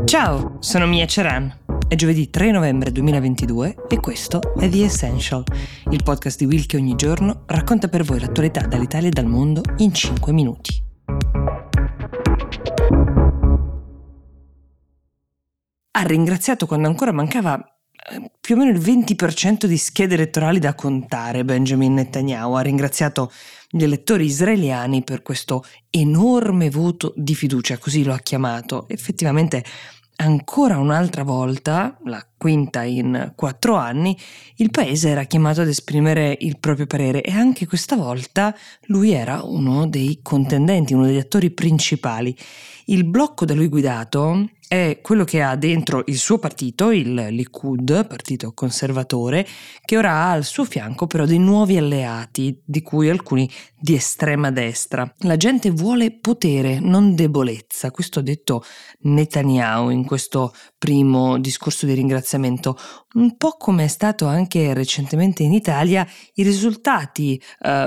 Ciao, sono Mia Ceran. È giovedì 3 novembre 2022 e questo è The Essential, il podcast di Will che ogni giorno racconta per voi l'attualità dall'Italia e dal mondo in 5 minuti. Ha ringraziato quando ancora mancava più o meno il 20% di schede elettorali da contare. Benjamin Netanyahu ha ringraziato gli elettori israeliani per questo enorme voto di fiducia, così lo ha chiamato. Effettivamente ancora un'altra volta, la quinta in 4 anni, il paese era chiamato ad esprimere il proprio parere e anche questa volta lui era uno dei contendenti, uno degli attori principali. Il blocco da lui guidato è quello che ha dentro il suo partito, il Likud, partito conservatore, che ora ha al suo fianco però dei nuovi alleati, di cui alcuni di estrema destra. La gente vuole potere, non debolezza, questo ha detto Netanyahu in questo primo discorso di ringraziamento. Un po' come è stato anche recentemente in Italia, i risultati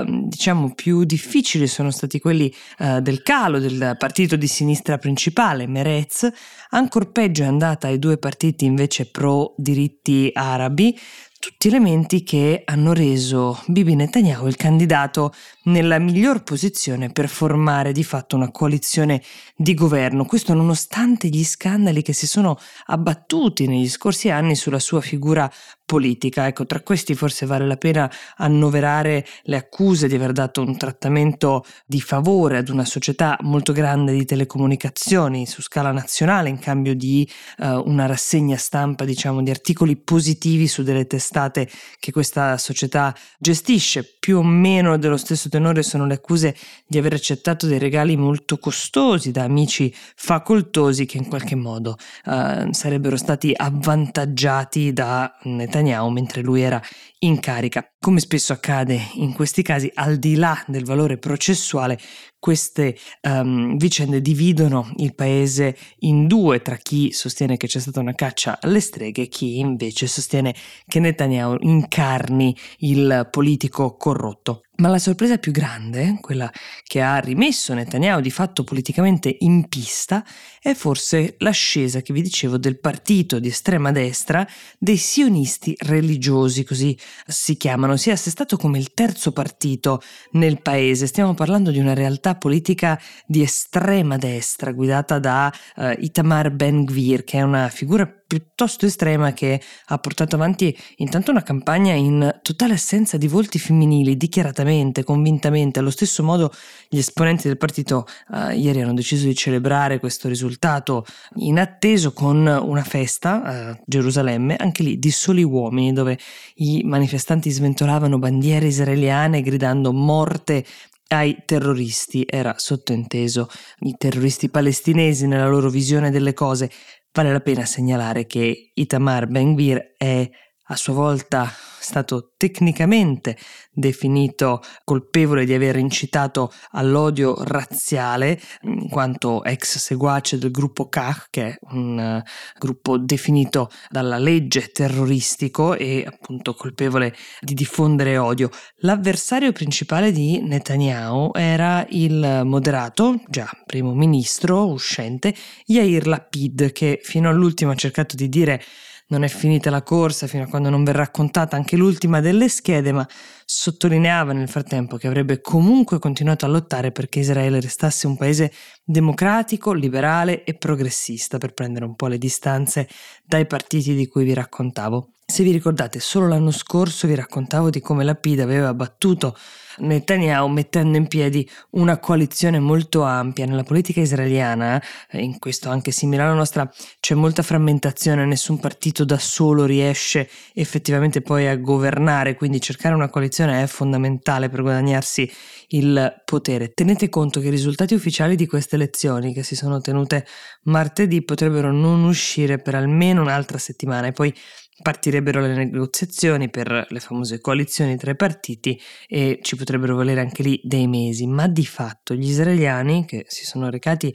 più difficili sono stati quelli del calo del partito di sinistra principale, Meretz. Ancor peggio è andata ai due partiti invece pro diritti arabi, tutti elementi che hanno reso Bibi Netanyahu il candidato nella miglior posizione per formare di fatto una coalizione di governo. Questo nonostante gli scandali che si sono abbattuti negli scorsi anni sulla sua figura politica. Ecco, tra questi forse vale la pena annoverare le accuse di aver dato un trattamento di favore ad una società molto grande di telecomunicazioni su scala nazionale in cambio di una rassegna stampa, di articoli positivi su delle testate che questa società gestisce. Più o meno dello stesso tenore sono le accuse di aver accettato dei regali molto costosi da amici facoltosi che in qualche modo sarebbero stati avvantaggiati da Netanyahu mentre lui era in carica. Come spesso accade in questi casi, al di là del valore processuale, queste vicende dividono il paese in due, tra chi sostiene che c'è stata una caccia alle streghe e chi invece sostiene che Netanyahu incarni il politico corrotto. Ma la sorpresa più grande, quella che ha rimesso Netanyahu di fatto politicamente in pista, è forse l'ascesa che vi dicevo del partito di estrema destra dei sionisti religiosi, così si chiamano. Si è assestato come il terzo partito nel paese. Stiamo parlando di una realtà politica di estrema destra guidata da Itamar Ben-Gvir, che è una figura piuttosto estrema che ha portato avanti intanto una campagna in totale assenza di volti femminili, dichiaratamente, convintamente. Allo stesso modo gli esponenti del partito ieri hanno deciso di celebrare questo risultato inatteso con una festa a Gerusalemme, anche lì di soli uomini, dove i manifestanti sventolavano bandiere israeliane gridando morte ai terroristi. Era sottointeso i terroristi palestinesi nella loro visione delle cose. Vale la pena segnalare che Itamar Ben-Gvir è a sua volta stato tecnicamente definito colpevole di aver incitato all'odio razziale, in quanto ex seguace del gruppo Kach, che è un gruppo definito dalla legge terroristico e appunto colpevole di diffondere odio. L'avversario principale di Netanyahu era il moderato, già primo ministro uscente, Yair Lapid, che fino all'ultimo ha cercato di dire non è finita la corsa fino a quando non verrà contata anche l'ultima delle schede, ma sottolineava nel frattempo che avrebbe comunque continuato a lottare perché Israele restasse un paese democratico, liberale e progressista, per prendere un po' le distanze dai partiti di cui vi raccontavo. Se vi ricordate, solo l'anno scorso vi raccontavo di come Lapid aveva battuto Netanyahu mettendo in piedi una coalizione molto ampia. Nella politica israeliana, in questo anche simile alla nostra, c'è molta frammentazione, nessun partito da solo riesce effettivamente poi a governare, quindi cercare una coalizione è fondamentale per guadagnarsi il potere. Tenete conto che i risultati ufficiali di queste elezioni, che si sono tenute martedì, potrebbero non uscire per almeno un'altra settimana e poi partirebbero le negoziazioni per le famose coalizioni tra i partiti e ci potrebbero volere anche lì dei mesi, ma di fatto gli israeliani che si sono recati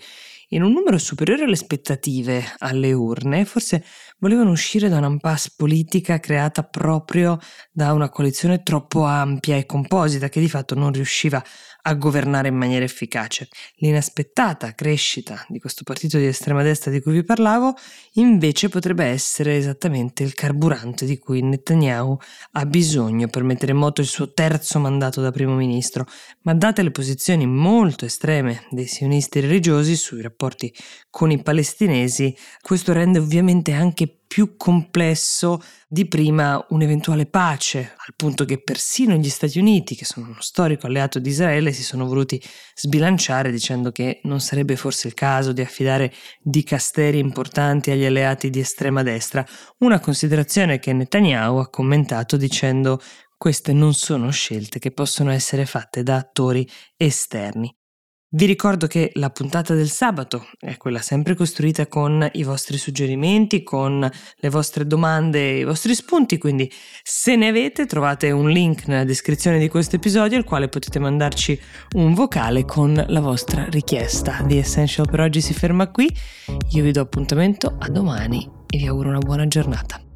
in un numero superiore alle aspettative alle urne, forse volevano uscire da un'impasse politica creata proprio da una coalizione troppo ampia e composita che di fatto non riusciva a governare in maniera efficace. L'inaspettata crescita di questo partito di estrema destra di cui vi parlavo invece potrebbe essere esattamente il carburante di cui Netanyahu ha bisogno per mettere in moto il suo terzo mandato da primo ministro, ma date le posizioni molto estreme dei sionisti religiosi sui rapporti con i palestinesi, questo rende ovviamente anche più complesso di prima un'eventuale pace, al punto che persino gli Stati Uniti, che sono uno storico alleato di Israele, si sono voluti sbilanciare dicendo che non sarebbe forse il caso di affidare dicasteri importanti agli alleati di estrema destra, una considerazione che Netanyahu ha commentato dicendo: queste non sono scelte che possono essere fatte da attori esterni. Vi ricordo che la puntata del sabato è quella sempre costruita con i vostri suggerimenti, con le vostre domande e i vostri spunti, quindi se ne avete trovate un link nella descrizione di questo episodio al quale potete mandarci un vocale con la vostra richiesta. The Essential per oggi si ferma qui, io vi do appuntamento a domani e vi auguro una buona giornata.